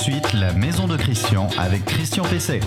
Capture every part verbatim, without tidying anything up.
suite la Maison de Christian avec Christian Pesset.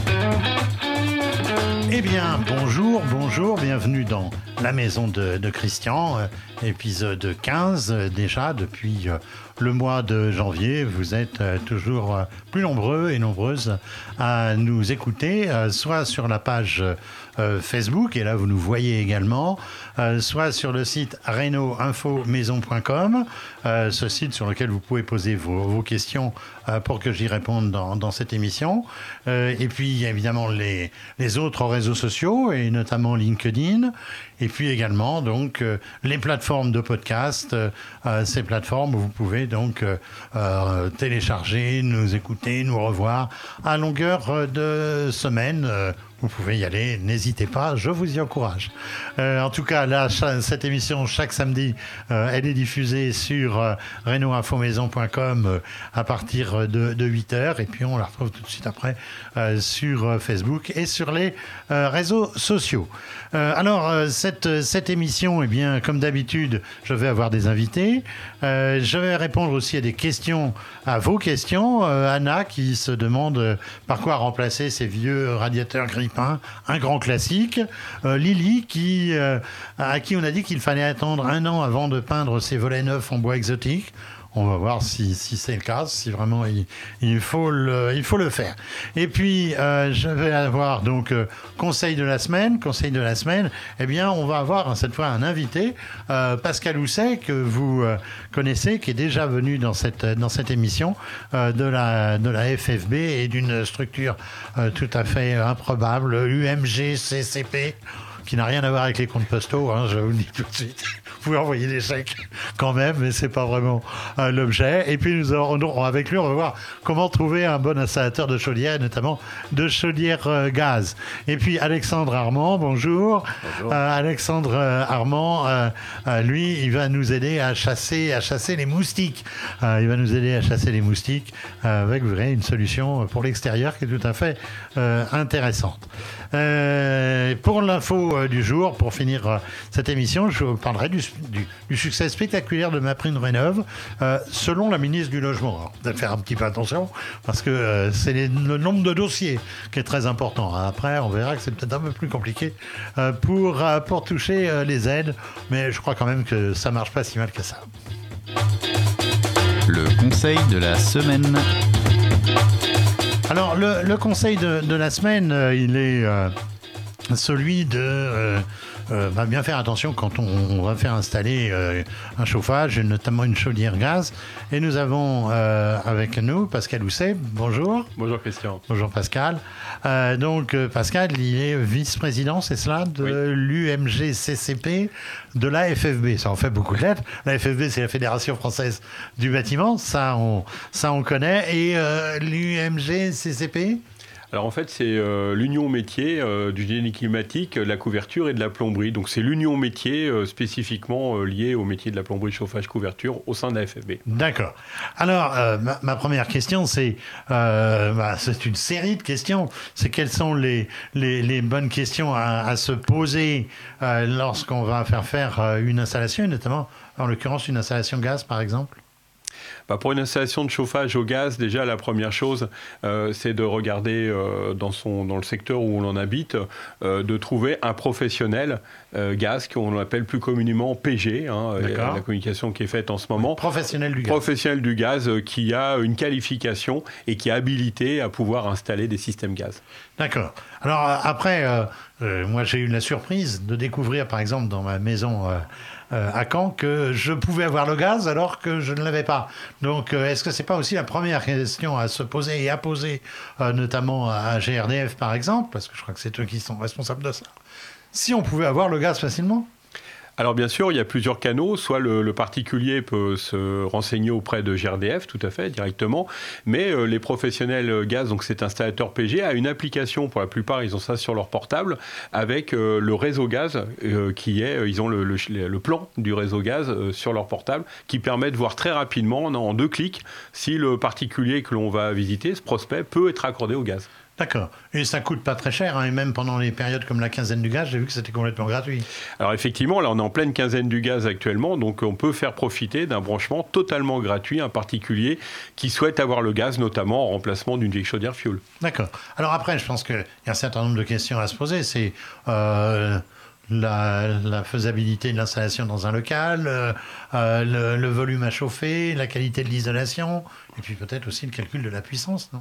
Eh bien, bonjour, bonjour, bienvenue dans la Maison de, de Christian, euh, épisode quinze, euh, déjà depuis euh, le mois de janvier. Vous êtes euh, toujours euh, plus nombreux et nombreuses à nous écouter, euh, soit sur la page euh, Facebook, et là vous nous voyez également, euh, soit sur le site reno info maison point com, euh, ce site sur lequel vous pouvez poser vos, vos questions euh, pour que j'y réponde dans, dans cette émission. Euh, et puis, il y a évidemment les, les autres réseaux sociaux, et notamment LinkedIn. Et puis également, donc, euh, les plateformes de podcast, euh, euh, ces plateformes où vous pouvez donc euh, euh, télécharger, nous écouter, nous revoir à longueur de semaine. Euh, Vous pouvez y aller, n'hésitez pas, je vous y encourage. Euh, en tout cas, là, cha- cette émission, chaque samedi, euh, elle est diffusée sur euh, reno info maison point com euh, à partir de, de huit heures. Et puis, on la retrouve tout de suite après euh, sur euh, Facebook et sur les euh, réseaux sociaux. Euh, alors, euh, cette, cette émission, eh bien, comme d'habitude, je vais avoir des invités. Euh, je vais répondre aussi à des questions, à vos questions. Euh, Anna, qui se demande euh, par quoi remplacer ces vieux radiateurs grippins. Un grand classique. Euh, Lily, qui, euh, à qui on a dit qu'il fallait attendre un an avant de peindre ses volets neufs en bois exotique. On va voir si, si c'est le cas, si vraiment il, il, faut, le, il faut le faire. Et puis, euh, je vais avoir donc euh, conseil de la semaine. Conseil de la semaine, eh bien, on va avoir cette fois un invité, euh, Pascal Housset, que vous euh, connaissez, qui est déjà venu dans cette, dans cette émission euh, de, la, de la F F B et d'une structure euh, tout à fait improbable, U M G C C P, qui n'a rien à voir avec les comptes postaux, hein, je vous le dis tout de suite. Vous pouvez envoyer des chèques quand même, mais c'est pas vraiment euh, l'objet. Et puis nous aurons, avec lui, on va voir comment trouver un bon installateur de chaudière, et notamment de chaudière euh, gaz. Et puis Alexandre Armand, bonjour. Bonjour. Euh, Alexandre euh, Armand, euh, euh, lui, il va nous aider à chasser, à chasser les moustiques. Euh, il va nous aider à chasser les moustiques euh, avec, vous verrez, une solution pour l'extérieur qui est tout à fait euh, intéressante. Euh, pour l'info euh, du jour, pour finir euh, cette émission, je vous parlerai du, du, du succès spectaculaire de MaPrimeRénov', euh, selon la ministre du Logement. Alors, vous allez faire un petit peu attention, parce que euh, c'est les, le nombre de dossiers qui est très important. Après, on verra que c'est peut-être un peu plus compliqué euh, pour, euh, pour toucher euh, les aides, mais je crois quand même que ça marche pas si mal que ça. Le conseil de la semaine. Alors, le, le conseil de, de la semaine, euh, il est euh, celui de euh, euh, bah, bien faire attention quand on, on va faire installer euh, un chauffage, et notamment une chaudière gaz. Et nous avons euh, avec nous Pascal Housset. Bonjour. Bonjour Christian. Bonjour Pascal. Euh, donc euh, Pascal, il est vice-président, c'est cela, de oui. l'U M G C C P, de la F F B. Ça en fait beaucoup de lettres. La F F B, c'est la Fédération Française du Bâtiment. Ça, on, ça, on connaît. Et euh, l'U M G C C P ? Alors en fait, c'est euh, l'union métier euh, du génie climatique, de la couverture et de la plomberie. Donc c'est l'union métier euh, spécifiquement euh, liée au métier de la plomberie, chauffage, couverture au sein de la F F B. D'accord. Alors, euh, ma, ma première question, c'est, euh, bah, c'est une série de questions. C'est quelles sont les, les, les bonnes questions à, à se poser euh, lorsqu'on va faire faire euh, une installation, et notamment, en l'occurrence, une installation gaz, par exemple ? Bah pour une installation de chauffage au gaz, déjà la première chose, euh, c'est de regarder euh, dans, son, dans le secteur où l'on habite, euh, de trouver un professionnel euh, gaz, qu'on appelle plus communément P G, hein, la communication qui est faite en ce moment. Professionnel du gaz. Professionnel du gaz euh, qui a une qualification et qui est habilité à pouvoir installer des systèmes gaz. D'accord. Alors après, euh, euh, moi j'ai eu la surprise de découvrir par exemple dans ma maison euh, euh, à Caen que je pouvais avoir le gaz alors que je ne l'avais pas. Donc euh, est-ce que c'est pas aussi la première question à se poser et à poser euh, notamment à G R D F par exemple, parce que je crois que c'est eux qui sont responsables de ça, si on pouvait avoir le gaz facilement ? Alors bien sûr, il y a plusieurs canaux. Soit le, le particulier peut se renseigner auprès de G R D F, tout à fait, directement. Mais euh, les professionnels gaz, donc cet installateur P G, a une application, pour la plupart, ils ont ça sur leur portable, avec euh, le réseau gaz, euh, qui est, ils ont le, le, le plan du réseau gaz euh, sur leur portable, qui permet de voir très rapidement, en deux clics, si le particulier que l'on va visiter, ce prospect, peut être accordé au gaz. D'accord. Et ça coûte pas très cher, hein, et même pendant les périodes comme la quinzaine du gaz, j'ai vu que c'était complètement gratuit. Alors effectivement, là on est en pleine quinzaine du gaz actuellement, donc on peut faire profiter d'un branchement totalement gratuit, un particulier qui souhaite avoir le gaz, notamment en remplacement d'une vieille chaudière fioul. D'accord. Alors après, je pense qu'il y a un certain nombre de questions à se poser. C'est euh, la, la faisabilité de l'installation dans un local, euh, euh, le, le volume à chauffer, la qualité de l'isolation, et puis peut-être aussi le calcul de la puissance, non ?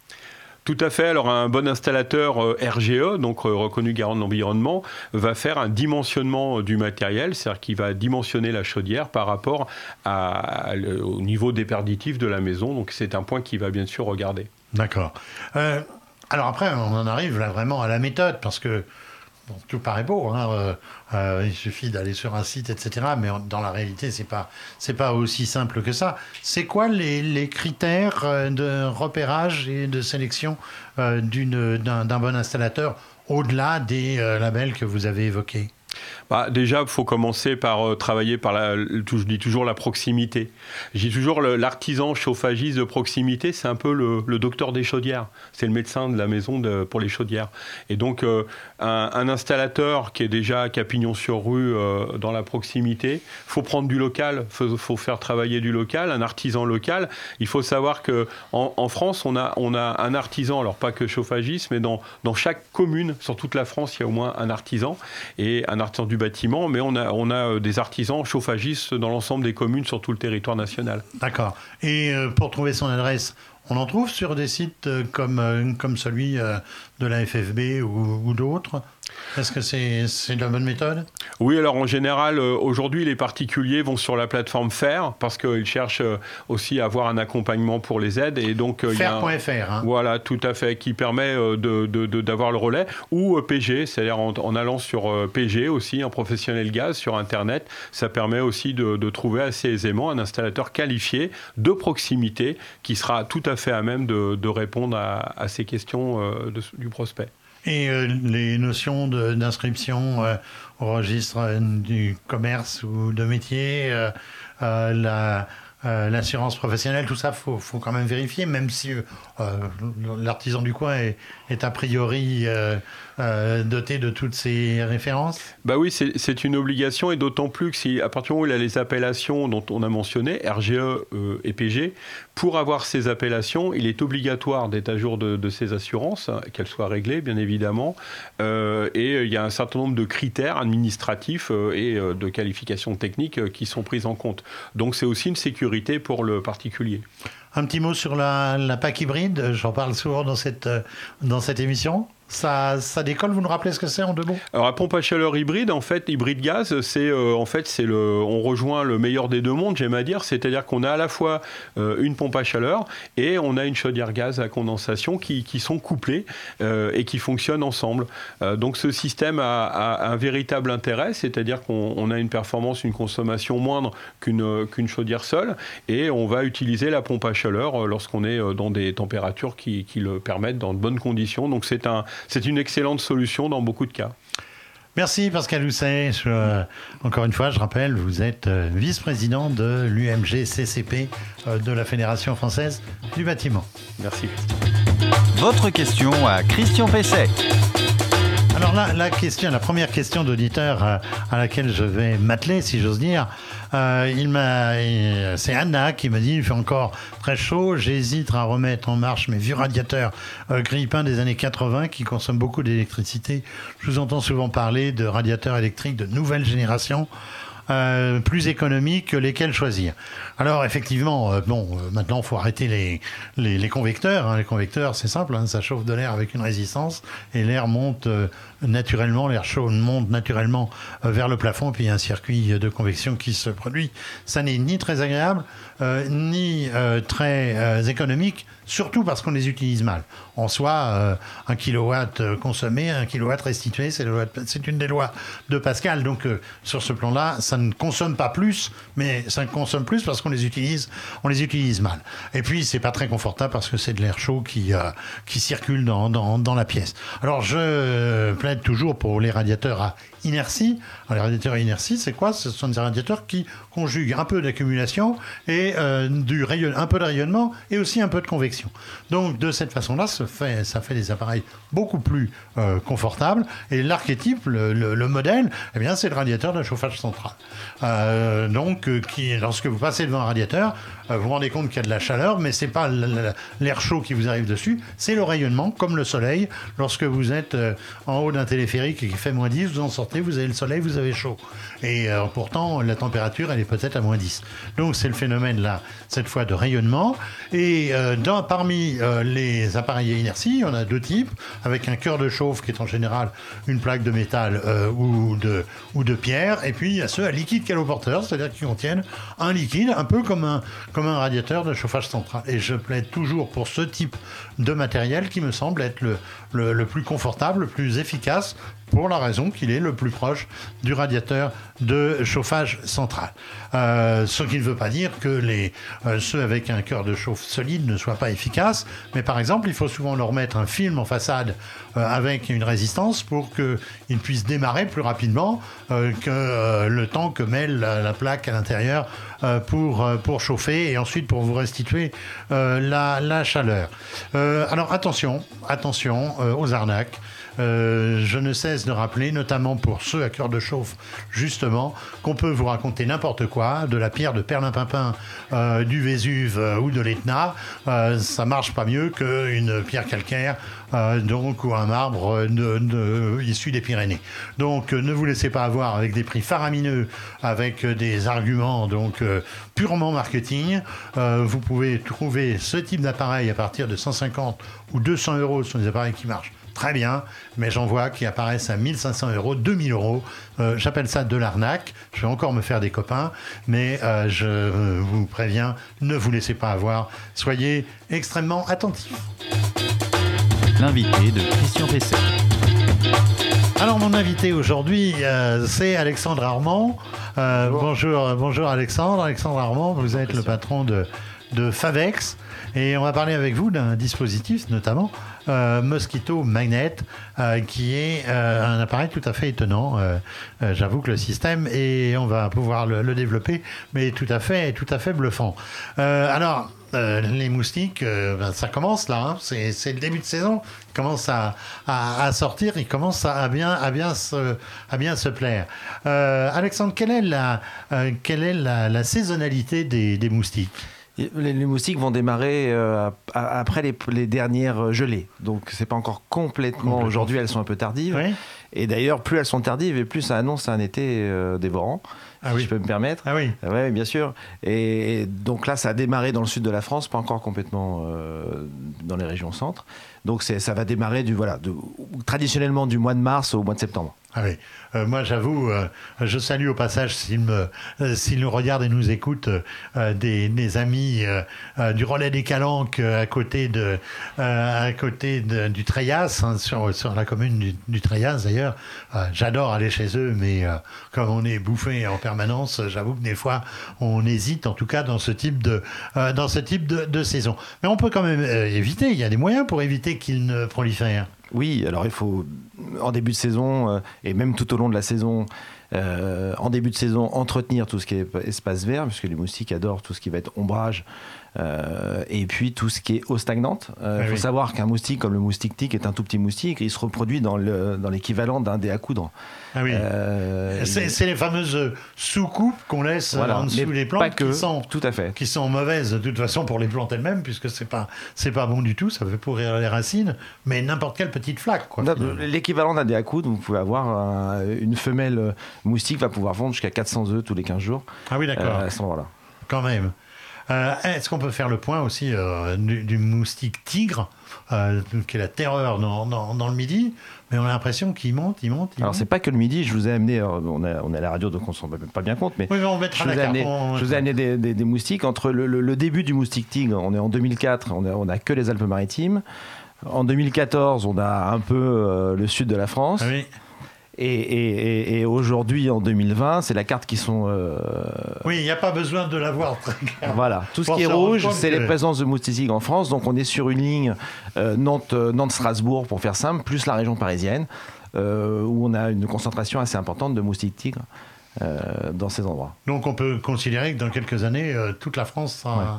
Tout à fait. Alors, un bon installateur euh, R G E, donc euh, reconnu garant de l'environnement, va faire un dimensionnement euh, du matériel, c'est-à-dire qu'il va dimensionner la chaudière par rapport à, à, le, au niveau déperditif de la maison. Donc, c'est un point qu'il va bien sûr regarder. D'accord. Euh, alors après, on en arrive là vraiment à la méthode, parce que bon, tout paraît beau, hein, euh, euh, il suffit d'aller sur un site, et cetera. Mais dans la réalité, c'est pas, c'est pas aussi simple que ça. C'est quoi les, les critères de repérage et de sélection euh, d'une, d'un, d'un bon installateur au-delà des euh, labels que vous avez évoqués ? Bah, déjà, il faut commencer par euh, travailler par la, je dis toujours la proximité. Je dis toujours le, l'artisan chauffagiste de proximité, c'est un peu le, le docteur des chaudières. C'est le médecin de la maison de, pour les chaudières. Et donc, euh, un, un installateur qui est déjà à Pignon-sur-Rue euh, dans la proximité, il faut prendre du local, il faut, faut faire travailler du local, un artisan local. Il faut savoir qu'en en France, on a, on a un artisan, alors pas que chauffagiste, mais dans, dans chaque commune, sur toute la France, il y a au moins un artisan. Et un artisan du bâtiment, mais on a, on a des artisans chauffagistes dans l'ensemble des communes sur tout le territoire national. D'accord. Et euh, pour trouver son adresse, on en trouve sur des sites euh, comme, euh, comme celui euh, de la F F B ou, ou d'autres ? Est-ce que c'est, c'est la bonne méthode ? Oui, alors en général, euh, aujourd'hui, les particuliers vont sur la plateforme Faire parce qu'ils cherchent euh, aussi à avoir un accompagnement pour les aides. Et donc, euh, faire point F R. Hein. Voilà, tout à fait, qui permet euh, de, de, de, d'avoir le relais. Ou euh, P G, c'est-à-dire en, en allant sur euh, P G aussi, un professionnel gaz sur Internet. Ça permet aussi de, de trouver assez aisément un installateur qualifié de proximité qui sera tout à fait à même de, de répondre à, à ces questions euh, de, du prospect. Et euh, les notions de, d'inscription euh, au registre euh, du commerce ou de métier, euh, euh, la, euh, l'assurance professionnelle, tout ça, il faut, faut quand même vérifier, même si euh, l'artisan du coin est, est a priori euh, euh, doté de toutes ces références. Bah oui, c'est, c'est une obligation, et d'autant plus que si, à partir du moment où il a les appellations dont on a mentionné, R G E euh, et P G, pour avoir ces appellations, il est obligatoire d'être à jour de, de ces assurances, hein, qu'elles soient réglées, bien évidemment. Euh, et il y a un certain nombre de critères administratifs euh, et euh, de qualifications techniques euh, qui sont prises en compte. Donc c'est aussi une sécurité pour le particulier. Un petit mot sur la, la P A C hybride, j'en parle souvent dans cette, dans cette émission. Ça, ça décolle, vous nous rappelez ce que c'est en deux mots ? Alors, la pompe à chaleur hybride, en fait, hybride gaz, c'est euh, en fait, c'est le, on rejoint le meilleur des deux mondes, j'aime à dire, c'est-à-dire qu'on a à la fois euh, une pompe à chaleur et on a une chaudière gaz à condensation qui, qui sont couplées euh, et qui fonctionnent ensemble. Euh, donc, ce système a, a un véritable intérêt, c'est-à-dire qu'on on a une performance, une consommation moindre qu'une, qu'une chaudière seule, et on va utiliser la pompe à chaleur lorsqu'on est dans des températures qui, qui le permettent dans de bonnes conditions. Donc, c'est un C'est une excellente solution dans beaucoup de cas. Merci Pascal Housset. Je, euh, encore une fois, je rappelle, vous êtes euh, vice-président de l'U M G C C P euh, de la Fédération française du bâtiment. Merci. Votre question à Christian Pesset. Alors là, la question, la première question d'auditeur euh, à laquelle je vais m'atteler, si j'ose dire, euh, il m'a, il, c'est Anna qui m'a dit, il fait encore très chaud, j'hésite à remettre en marche mes vieux radiateurs euh, grille-pain des années quatre-vingts qui consomment beaucoup d'électricité. Je vous entends souvent parler de radiateurs électriques de nouvelle génération. Euh, plus économiques que lesquels choisir. Alors effectivement, euh, bon, euh, maintenant il faut arrêter les, les, les convecteurs. Hein. Les convecteurs, c'est simple, hein, ça chauffe de l'air avec une résistance et l'air monte euh, naturellement, l'air chaud monte naturellement euh, vers le plafond, puis il y a un circuit de convection qui se produit. Ça n'est ni très agréable, euh, ni euh, très euh, économique, surtout parce qu'on les utilise mal. En soi, euh, un kilowatt consommé, un kilowatt restitué, c'est, le, c'est une des lois de Pascal. Donc euh, sur ce plan-là, ça ne consomme pas plus, mais ça consomme plus parce qu'on les utilise, on les utilise mal. Et puis c'est pas très confortable parce que c'est de l'air chaud qui euh, qui circule dans, dans dans la pièce. Alors je plaide toujours pour les radiateurs à inertie. Alors, les radiateurs à inertie, c'est quoi ? Ce sont des radiateurs qui conjuguent un peu d'accumulation et euh, du rayon, un peu de rayonnement et aussi un peu de convection. convection. Donc de cette façon-là, ça fait, ça fait des appareils beaucoup plus euh, confortables. Et l'archétype, le, le, le modèle, eh bien, c'est le radiateur de chauffage central. Euh, donc, euh, qui, lorsque vous passez devant un radiateur, euh, vous vous rendez compte qu'il y a de la chaleur, mais c'est pas l'air chaud qui vous arrive dessus, c'est le rayonnement, comme le soleil. Lorsque vous êtes euh, en haut d'un téléphérique et qu'il fait moins dix, vous en sortez, vous avez le soleil, vous avez chaud. Et euh, pourtant, la température, elle est peut-être à moins dix. Donc, c'est le phénomène, là, cette fois, de rayonnement. Et euh, dans, parmi euh, les appareils à inertie, on a deux types, avec un cœur de chauffe qui est en général une plaque de métal euh, ou, de, ou de pierre, et puis il y a ceux à liquide caloporteur, c'est-à-dire qui contiennent un liquide, un peu comme un, comme un radiateur de chauffage central. Et je plaide toujours pour ce type de matériel qui me semble être le, le, le plus confortable, le plus efficace, pour la raison qu'il est le plus proche du radiateur de chauffage central. Euh, ce qui ne veut pas dire que les, euh, ceux avec un cœur de chauffe solide ne soient pas efficaces, mais par exemple, il faut souvent leur mettre un film en façade euh, avec une résistance pour qu'ils puissent démarrer plus rapidement euh, que euh, le temps que met la, la plaque à l'intérieur euh, pour, euh, pour chauffer et ensuite pour vous restituer euh, la, la chaleur. Euh, alors attention, attention euh, aux arnaques. Euh, je ne cesse de rappeler, notamment pour ceux à cœur de chauffe, justement, qu'on peut vous raconter n'importe quoi, de la pierre de Perlimpinpin, euh, du Vésuve euh, ou de l'Etna, euh, ça marche pas mieux qu'une pierre calcaire, euh, donc, ou un marbre de, de, issu des Pyrénées. Donc, euh, ne vous laissez pas avoir avec des prix faramineux, avec euh, des arguments donc euh, purement marketing. Euh, vous pouvez trouver ce type d'appareil à partir de cent cinquante ou deux cents euros sur des appareils qui marchent très bien, mais j'en vois qui apparaissent à mille cinq cents euros, deux mille euros. Euh, j'appelle ça de l'arnaque. Je vais encore me faire des copains, mais euh, je vous préviens, ne vous laissez pas avoir. Soyez extrêmement attentifs. L'invité de Christian Pesset. Alors, mon invité aujourd'hui, euh, c'est Alexandre Armand. Euh, bonjour. bonjour, bonjour Alexandre. Alexandre Armand, vous êtes le patron de, de Favex. Et on va parler avec vous d'un dispositif, notamment euh, Mosquito Magnet, euh, qui est euh, un appareil tout à fait étonnant. Euh, euh, j'avoue que le système, et on va pouvoir le, le développer, mais tout à fait, tout à fait bluffant. Euh, alors, euh, les moustiques, euh, ben, ça commence là, hein, c'est, c'est le début de saison, ils commencent à, à, à sortir, ils commencent à, à, bien, à, bien, se, à bien se plaire. Euh, Alexandre, quelle est la, euh, quelle est la, la saisonnalité des, des moustiques ? Les, les moustiques vont démarrer euh, après les, les dernières gelées. Donc, c'est pas encore complètement... complètement. Aujourd'hui, elles sont un peu tardives. Oui. Et d'ailleurs, plus elles sont tardives et plus ça annonce un été euh, dévorant, ah si oui. je peux me permettre. Ah oui. Oui, bien sûr. Et, et donc là, ça a démarré dans le sud de la France, pas encore complètement euh, dans les régions centres. Donc, c'est, ça va démarrer du, voilà, de, traditionnellement du mois de mars au mois de septembre. Ah oui, euh, moi j'avoue, euh, je salue au passage s'ils me, euh, s'ils nous regardent et nous écoutent, euh, des, des amis euh, euh, du relais des Calanques euh, à côté de, euh, à côté de, du Treillasse, hein, sur, sur la commune du, du Treillasse d'ailleurs. Euh, j'adore aller chez eux, mais euh, comme on est bouffé en permanence, j'avoue que des fois on hésite, en tout cas dans ce type de, euh, dans ce type de, de saison. Mais on peut quand même euh, éviter. Il y a des moyens pour éviter qu'ils ne prolifèrent. Oui, alors il faut, en début de saison, euh, et même tout au long de la saison, euh, en début de saison, entretenir tout ce qui est espace vert, puisque les moustiques adorent tout ce qui va être ombrage, euh, et puis tout ce qui est eau stagnante. Il euh, oui, faut oui. savoir qu'un moustique comme le moustique tique est un tout petit moustique, il se reproduit dans, le, dans l'équivalent d'un dé à coudre. Ah oui. Euh, c'est, c'est les fameuses sous-coupes qu'on laisse voilà, en dessous des plantes que, qui, sont, tout à fait. qui sont mauvaises de toute façon pour les plantes elles-mêmes, puisque c'est pas, c'est pas bon du tout, ça fait pourrir les racines, mais n'importe quelle petite flaque. Quoi, non, l'équivalent d'un dé à coudre, vous pouvez avoir un, une femelle moustique va pouvoir vendre jusqu'à quatre cents œufs tous les quinze jours. Ah oui, d'accord. Euh, à ce moment-là. Quand même. Euh, est-ce qu'on peut faire le point aussi euh, du, du moustique tigre, euh, qui est la terreur dans, dans, dans le Midi, mais on a l'impression qu'il monte, il monte, il Alors monte. C'est pas que le Midi, je vous ai amené, on est, on est à la radio donc on ne s'en rend pas bien compte, mais oui, mais on mettra je, vous la amené, carte, je vous ai amené des, des, des moustiques. Entre le, le, le début du moustique tigre, on est en deux mille quatre, on n'a on a que les Alpes-Maritimes. En deux mille quatorze, on a un peu euh, le sud de la France. Ah oui. Et, et, et aujourd'hui, en deux mille vingt, c'est la carte qui sont... Euh... Oui, il n'y a pas besoin de l'avoir très clair. Voilà, tout ce qui est rouge, c'est que... les présences de moustiques en France. Donc on est sur une ligne euh, Nantes, Nantes-Strasbourg, pour faire simple, plus la région parisienne, euh, où on a une concentration assez importante de moustiques tigres euh, dans ces endroits. Donc on peut considérer que dans quelques années, euh, toute la France sera... Ouais.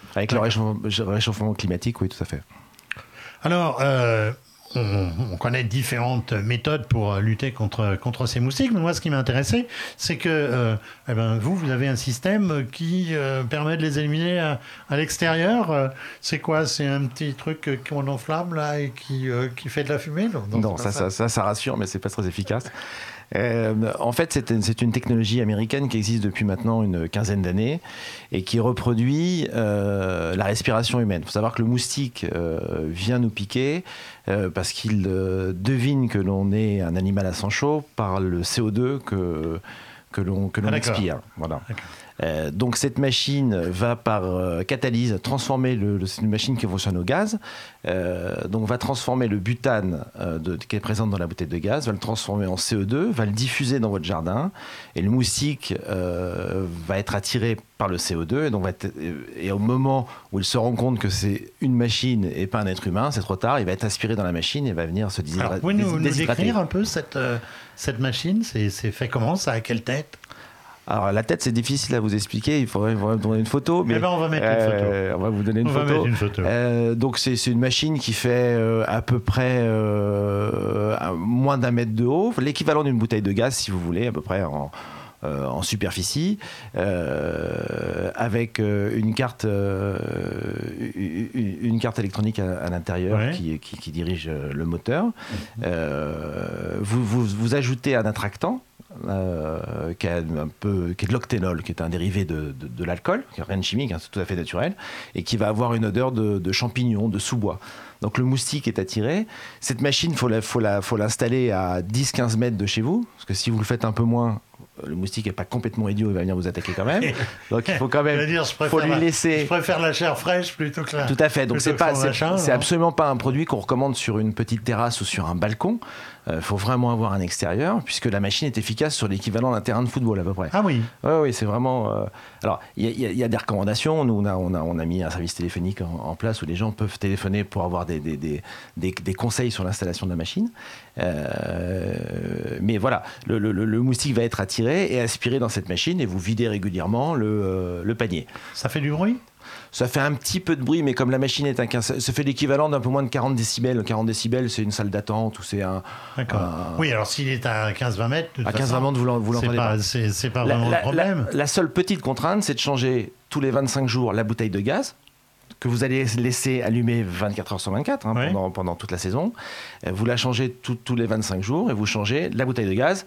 Avec le réchauffement, réchauffement climatique, oui, tout à fait. Alors, euh, on, on connaît différentes méthodes pour lutter contre, contre ces moustiques, mais moi, ce qui m'intéressait, c'est que euh, eh ben, vous, vous avez un système qui euh, permet de les éliminer à, à l'extérieur. Euh, c'est quoi? C'est un petit truc qu'on enflamme là et qui, euh, qui fait de la fumée? Non, non, non ça, ça, ça, ça rassure, mais c'est pas très efficace. Euh, en fait, c'est, c'est une technologie américaine qui existe depuis maintenant une quinzaine d'années et qui reproduit euh, la respiration humaine. Il faut savoir que le moustique euh, vient nous piquer euh, parce qu'il euh, devine que l'on est un animal à sang chaud par le C O deux que, que l'on, que l'on ah, expire. Voilà. Euh, donc cette machine va par euh, catalyse transformer le, le, c'est une machine qui fonctionne au gaz, euh, donc va transformer le butane euh, de, qui est présent dans la bouteille de gaz, va le transformer en C O deux, va le diffuser dans votre jardin et le moustique euh, va être attiré par le C O deux et, donc va être, et au moment où il se rend compte que c'est une machine et pas un être humain, c'est trop tard, il va être aspiré dans la machine et va venir se déshydrater. Alors, pouvez-vous nous, nous décrire un peu cette, euh, cette machine? c'est, c'est fait comment? Ça a quelle tête? Alors la tête c'est difficile à vous expliquer, il faudrait vous donner une photo. Mais eh ben on va mettre une photo. Euh, on va vous donner une on photo. Va mettre une photo. Euh, donc c'est, c'est une machine qui fait euh, à peu près euh, moins d'un mètre de haut, l'équivalent d'une bouteille de gaz si vous voulez, à peu près en, euh, en superficie, euh, avec euh, une carte, euh, une, une carte électronique à, à l'intérieur ouais. qui, qui, qui dirige le moteur. Mmh. Euh, vous, vous, vous ajoutez un attractant. Euh, qui, a un peu, qui est de l'octénol, qui est un dérivé de, de, de l'alcool, qui n'est rien de chimique, hein, c'est tout à fait naturel, et qui va avoir une odeur de, de champignons, de sous-bois. Donc le moustique est attiré. Cette machine, il faut, la, faut, la, faut l'installer à dix à quinze mètres de chez vous, parce que si vous le faites un peu moins, le moustique n'est pas complètement idiot, il va venir vous attaquer quand même. Donc il faut quand même dire, je faut lui la, laisser. Je préfère la chair fraîche plutôt que la. Tout à fait. Donc c'est, pas, c'est, machin, c'est absolument pas un produit qu'on recommande sur une petite terrasse ou sur un balcon. Il euh, faut vraiment avoir un extérieur, puisque la machine est efficace sur l'équivalent d'un terrain de football à peu près. Ah oui. Oui, oui, c'est vraiment. Euh... Alors, il y, y, y a des recommandations. Nous, on a, on a, on a mis un service téléphonique en, en place où les gens peuvent téléphoner pour avoir des, des, des, des, des conseils sur l'installation de la machine. Euh... Mais voilà, le, le, le moustique va être attiré et aspiré dans cette machine et vous videz régulièrement le, euh, le panier. Ça fait du bruit ? Ça fait un petit peu de bruit, mais comme la machine est un quinze, ça fait l'équivalent d'un peu moins de quarante décibels. quarante décibels, c'est une salle d'attente ou c'est un. D'accord. Un... Oui, alors s'il est à quinze à vingt mètres. À quinze à vingt mètres, vous l'entendez c'est pas. pas. C'est, c'est pas vraiment la, le problème. La, la seule petite contrainte, c'est de changer tous les vingt-cinq jours la bouteille de gaz que vous allez laisser allumer vingt-quatre heures sur vingt-quatre hein, oui. pendant, pendant toute la saison. Vous la changez tout, tous les vingt-cinq jours et vous changez la bouteille de gaz.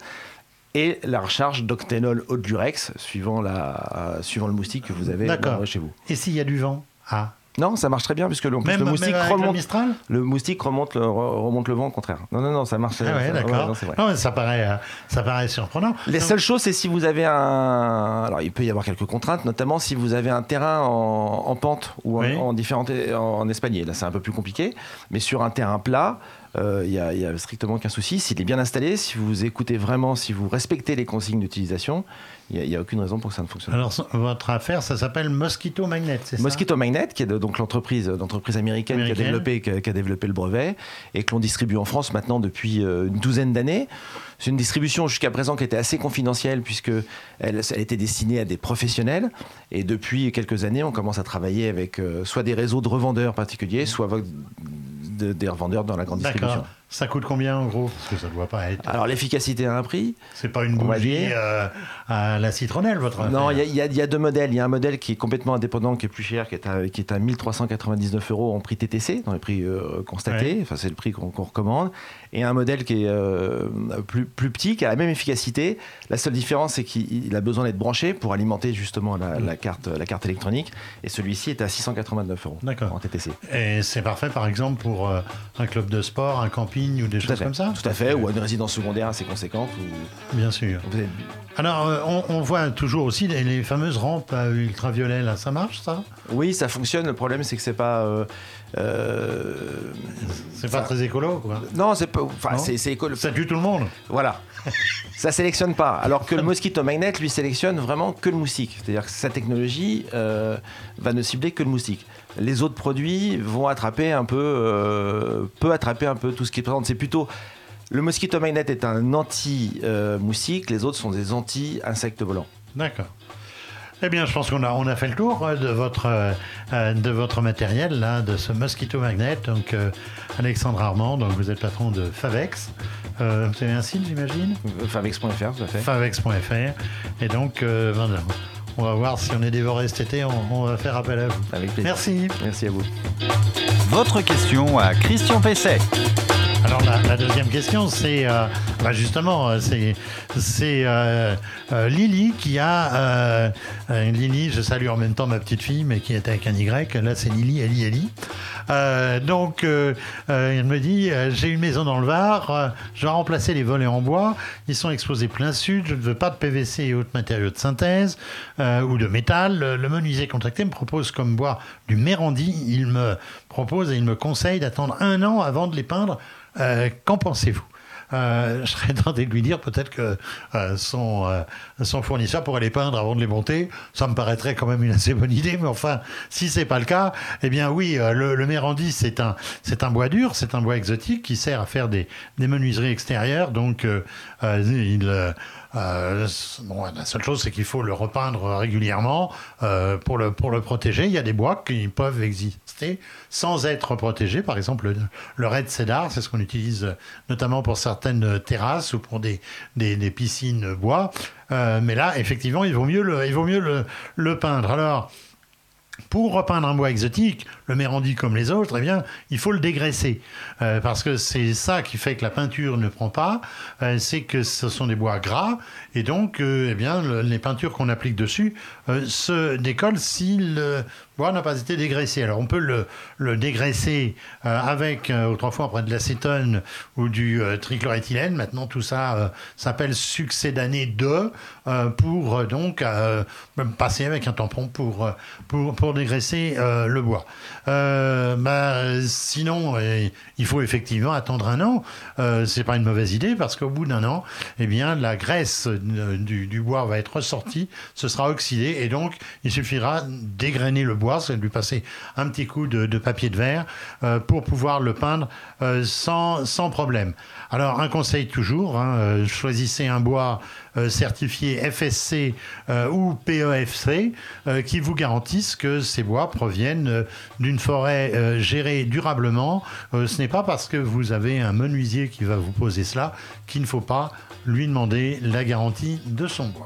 Et la recharge d'octénol au durex, suivant, la, euh, suivant le moustique que vous avez dans, chez vous. Et s'il y a du vent ? Ah. Non, ça marche très bien, puisque le, même, le moustique même remonte. Le, le moustique remonte le, remonte le vent au contraire. Non, non, non, ça marche. Ah ouais, ça, d'accord. Ouais, non, c'est vrai. Non, ça, paraît, ça paraît surprenant. Les Donc... seules choses, c'est si vous avez un. Alors, il peut y avoir quelques contraintes, notamment si vous avez un terrain en, en pente ou en, oui. en, différentes, en, en espalier. Là, c'est un peu plus compliqué. Mais sur un terrain plat, il euh, n'y a, a strictement aucun souci. S'il est bien installé, si vous écoutez vraiment, si vous respectez les consignes d'utilisation, il n'y a, a aucune raison pour que ça ne fonctionne pas. Alors, votre affaire, ça s'appelle Mosquito Magnet, c'est ça ? Mosquito Magnet, qui est de, donc l'entreprise, l'entreprise américaine, américaine. Qui, a développé, qui, a, qui a développé le brevet et que l'on distribue en France maintenant depuis euh, une douzaine d'années. C'est une distribution jusqu'à présent qui était assez confidentielle puisqu'elle elle était destinée à des professionnels. Et depuis quelques années, on commence à travailler avec euh, soit des réseaux de revendeurs particuliers, soit avec de, des revendeurs dans la grande D'accord. distribution. Ça coûte combien en gros ? Parce que ça ne doit pas être... Alors l'efficacité a un prix. C'est pas une bougie euh, à la citronnelle, votre affaire ? Non, il y, y, y a deux modèles. Il y a un modèle qui est complètement indépendant, qui est plus cher, qui est à, qui est à mille trois cent quatre-vingt-dix-neuf euros en prix T T C, dans les prix euh, constatés. Ouais. Enfin, c'est le prix qu'on, qu'on recommande. Et un modèle qui est euh, plus, plus petit, qui a la même efficacité. La seule différence, c'est qu'il a besoin d'être branché pour alimenter justement la, la, carte, la carte électronique. Et celui-ci est à six cent quatre-vingt-neuf euros en T T C. Et c'est parfait, par exemple, pour euh, un club de sport, un camping ou des Tout choses comme ça ? Tout à fait, ou une résidence secondaire assez conséquente. Ou... Bien sûr. Êtes... Alors, euh, on, on voit toujours aussi les, les fameuses rampes à ultraviolets, là. Ça marche, ça ? Oui, ça fonctionne. Le problème, c'est que c'est pas... Euh, euh, c'est pas très écolo, quoi. Non, c'est pas... Enfin, c'est, c'est écolo. Ça tue tout le monde. Voilà. Ça sélectionne pas. Alors que le Mosquito Magnet, lui, sélectionne vraiment que le moustique. C'est-à-dire que sa technologie euh, va ne cibler que le moustique. Les autres produits vont attraper un peu... Euh, peut attraper un peu tout ce qui est présent. C'est plutôt... Le Mosquito Magnet est un anti-moustique, les autres sont des anti-insectes volants. D'accord. Eh bien, je pense qu'on a, on a fait le tour de votre, euh, de votre matériel, là, de ce Mosquito Magnet. Donc, euh, Alexandre Armand, donc vous êtes patron de Favex. Euh, vous avez un site, j'imagine ? Favex point F R, tout à fait. Favex point F R. Et donc, euh, ben, on va voir si on est dévoré cet été, on, on va faire appel à vous. Avec plaisir. Merci. Merci à vous. Votre question à Christian Pesset. Alors la, la deuxième question, c'est euh, bah justement, c'est, c'est euh, euh, Lily qui a euh, euh, Lily, je salue en même temps ma petite fille, mais qui est avec un Y. Là, c'est Lily, Ellie, Ellie. Euh, donc, euh, euh, elle me dit, euh, j'ai une maison dans le Var, euh, je dois remplacer les volets en bois. Ils sont exposés plein sud. Je ne veux pas de P V C et autres matériaux de synthèse euh, ou de métal. Le, le menuisier contracté me propose comme bois du Mérandi. Il me propose et il me conseille d'attendre un an avant de les peindre. Euh, qu'en pensez-vous ? Euh, je serais tenté de lui dire peut-être que euh, son, euh, son fournisseur pourrait les peindre avant de les monter. Ça me paraîtrait quand même une assez bonne idée, mais enfin, si c'est pas le cas, eh bien oui, euh, le, le Mérandi, c'est un, c'est un bois dur, c'est un bois exotique qui sert à faire des, des menuiseries extérieures. Donc, euh, euh, il... Euh, Euh, bon, la seule chose, c'est qu'il faut le repeindre régulièrement euh, pour, le, pour le protéger. Il y a des bois qui peuvent exister sans être protégés. Par exemple, le, le red cedar, c'est ce qu'on utilise notamment pour certaines terrasses ou pour des, des, des piscines bois. Euh, mais là, effectivement, il vaut mieux le, il vaut mieux le, le peindre. Alors, pour repeindre un bois exotique, le Mérandi comme les autres, eh bien, il faut le dégraisser. Euh, parce que c'est ça qui fait que la peinture ne prend pas. Euh, c'est que ce sont des bois gras. Et donc, euh, eh bien, le, les peintures qu'on applique dessus euh, se décollent si le bois n'a pas été dégraissé. Alors, on peut le, le dégraisser euh, avec, euh, autrefois, après de l'acétone ou du euh, trichloréthylène. Maintenant, tout ça euh, s'appelle succédané de, euh, pour euh, donc euh, passer avec un tampon pour, pour, pour dégraisser euh, le bois. Euh, bah, sinon, euh, il faut effectivement attendre un an. Euh, c'est pas une mauvaise idée parce qu'au bout d'un an, eh bien, la graisse euh, du, du bois va être ressortie, ce sera oxydé et donc il suffira dégrainer le bois, c'est de lui passer un petit coup de, de papier de verre euh, pour pouvoir le peindre euh, sans, sans problème. Alors, un conseil toujours, hein, euh, choisissez un bois euh, certifié F S C euh, ou P E F C euh, qui vous garantissent que ces bois proviennent euh, d'une forêt euh, gérée durablement. Euh, ce n'est pas parce que vous avez un menuisier qui va vous poser cela qu'il ne faut pas lui demander la garantie de son bois.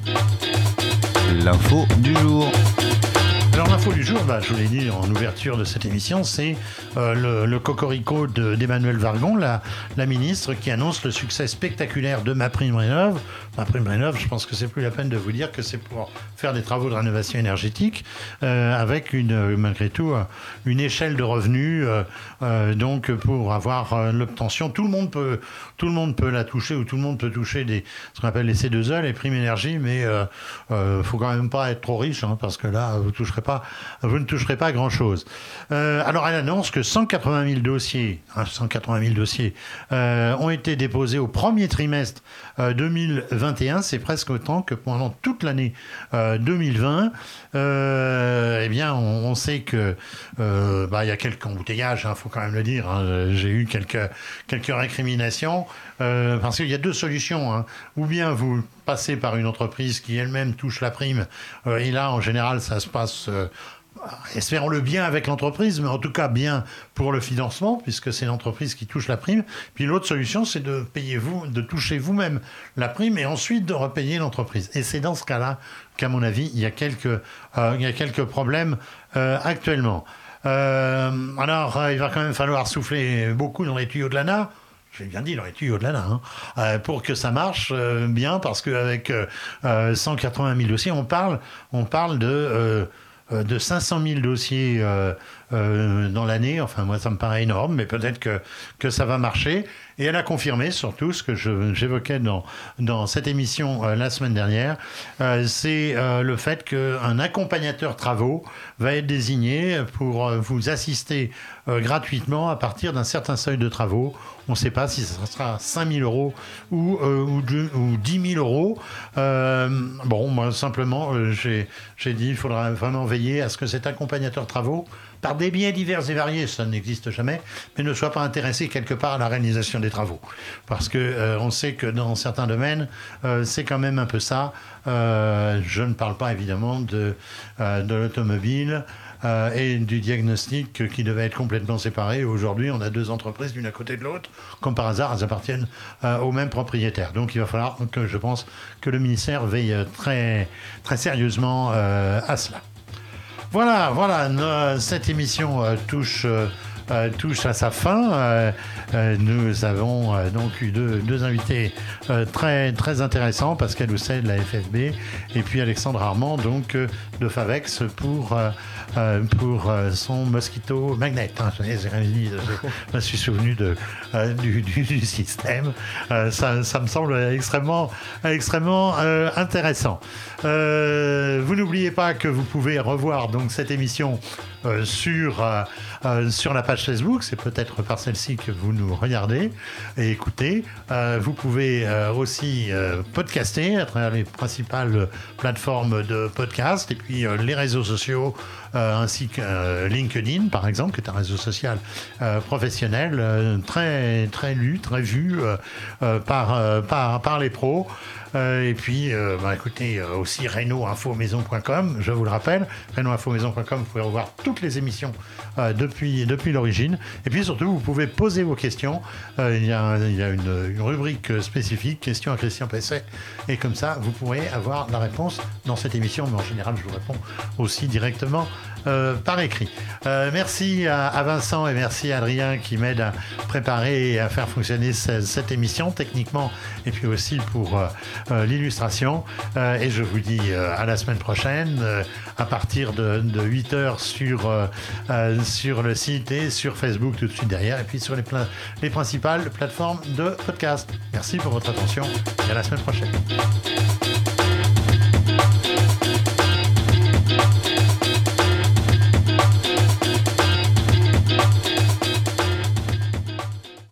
L'info du jour. Alors l'info du jour, bah, je vous l'ai dit en ouverture de cette émission, c'est euh, le, le cocorico de, d'Emmanuelle Wargon, la, la ministre qui annonce le succès spectaculaire de MaPrimeRénov'. MaPrimeRénov', je pense que c'est plus la peine de vous dire que c'est pour faire des travaux de rénovation énergétique euh, avec une, malgré tout une échelle de revenus euh, euh, donc pour avoir euh, l'obtention. Tout le monde peut, tout le monde peut la toucher ou tout le monde peut toucher des, ce qu'on appelle les C deux E, les primes énergie, mais il euh, euh, faut quand même pas être trop riche hein, parce que là vous toucherez pas, vous ne toucherez pas grand-chose. Euh, alors elle annonce que cent quatre-vingt mille dossiers, hein, cent quatre-vingt mille dossiers euh, ont été déposés au premier trimestre euh, deux mille vingt et un. C'est presque autant que pendant toute l'année euh, deux mille vingt. Euh, eh bien, on, on sait que euh, bah, y a quelques embouteillages, il hein, faut quand même le dire. Hein. J'ai eu quelques quelques récriminations euh, parce qu'il y a deux solutions. Hein. Ou bien vous passez par une entreprise qui elle-même touche la prime, euh, et là, en général, ça se passe. Euh, espérons-le bien avec l'entreprise, mais en tout cas bien pour le financement, puisque c'est l'entreprise qui touche la prime. Puis l'autre solution, c'est de payer vous, de toucher vous-même la prime et ensuite de repayer l'entreprise. Et c'est dans ce cas-là qu'à mon avis, il y a quelques, euh, il y a quelques problèmes euh, actuellement. Euh, alors, euh, il va quand même falloir souffler beaucoup dans les tuyaux de l'A N A. J'ai bien dit dans les tuyaux de l'A N A, hein, euh, pour que ça marche euh, bien, parce qu'avec euh, cent quatre-vingt mille dossiers, on parle, on parle de... Euh, de cinq cent mille dossiers euh, euh, dans l'année. Enfin, moi, ça me paraît énorme, mais peut-être que, que ça va marcher. Et elle a confirmé surtout ce que je, j'évoquais dans, dans cette émission euh, la semaine dernière, euh, c'est euh, le fait qu'un accompagnateur travaux va être désigné pour euh, vous assister euh, gratuitement à partir d'un certain seuil de travaux. On ne sait pas si ce sera cinq mille euros ou, euh, ou, de, ou dix mille euros. Euh, bon, moi, simplement, euh, j'ai, j'ai dit qu'il faudra vraiment veiller à ce que cet accompagnateur travaux, pardon, des biais divers et variés, ça n'existe jamais, mais ne soient pas intéressés quelque part à la réalisation des travaux. Parce que euh, on sait que dans certains domaines, euh, c'est quand même un peu ça. Euh, je ne parle pas évidemment de, euh, de l'automobile, Euh, et du diagnostic qui devait être complètement séparé. Aujourd'hui, on a deux entreprises l'une à côté de l'autre. Comme par hasard, elles appartiennent euh, au même propriétaire. Donc, il va falloir que je pense que le ministère veille très, très sérieusement euh, à cela. Voilà, voilà, no, cette émission euh, touche... Euh, Euh, touche à sa fin. Euh, euh, nous avons euh, donc eu deux, deux invités euh, très, très intéressants, Pascal Housset de la F F B et puis Alexandre Armand donc, euh, de Favex pour, euh, euh, pour euh, son Mosquito Magnet. Hein, je, je me suis souvenu de, euh, du, du, du système. Euh, ça, ça me semble extrêmement, extrêmement euh, intéressant. Euh, vous n'oubliez pas que vous pouvez revoir donc, cette émission euh, sur, euh, euh, sur la page Facebook, c'est peut-être par celle-ci que vous nous regardez et écoutez. Euh, vous pouvez euh, aussi euh, podcaster à travers les principales plateformes de podcast et puis euh, les réseaux sociaux euh, ainsi que euh, LinkedIn par exemple, qui est un réseau social euh, professionnel euh, très, très lu, très vu euh, euh, par, euh, par, par les pros. Euh, et puis, euh, bah, écoutez, euh, aussi reno info maison point com, je vous le rappelle, reno info maison point com, vous pouvez revoir toutes les émissions euh, depuis, depuis l'origine. Et puis surtout, vous pouvez poser vos questions. Euh, il y a, un, il y a une, une rubrique spécifique, questions à Christian Pesset. Et comme ça, vous pourrez avoir la réponse dans cette émission. Mais en général, je vous réponds aussi directement euh, par écrit. Euh, merci à, à Vincent et merci à Adrien qui m'aident à préparer et à faire fonctionner cette, cette émission techniquement et puis aussi pour... Euh, Euh, l'illustration euh, et je vous dis euh, à la semaine prochaine euh, à partir de, de huit heures sur, euh, euh, sur le site et sur Facebook tout de suite derrière et puis sur les, pla- les principales plateformes de podcast. Merci pour votre attention et à la semaine prochaine.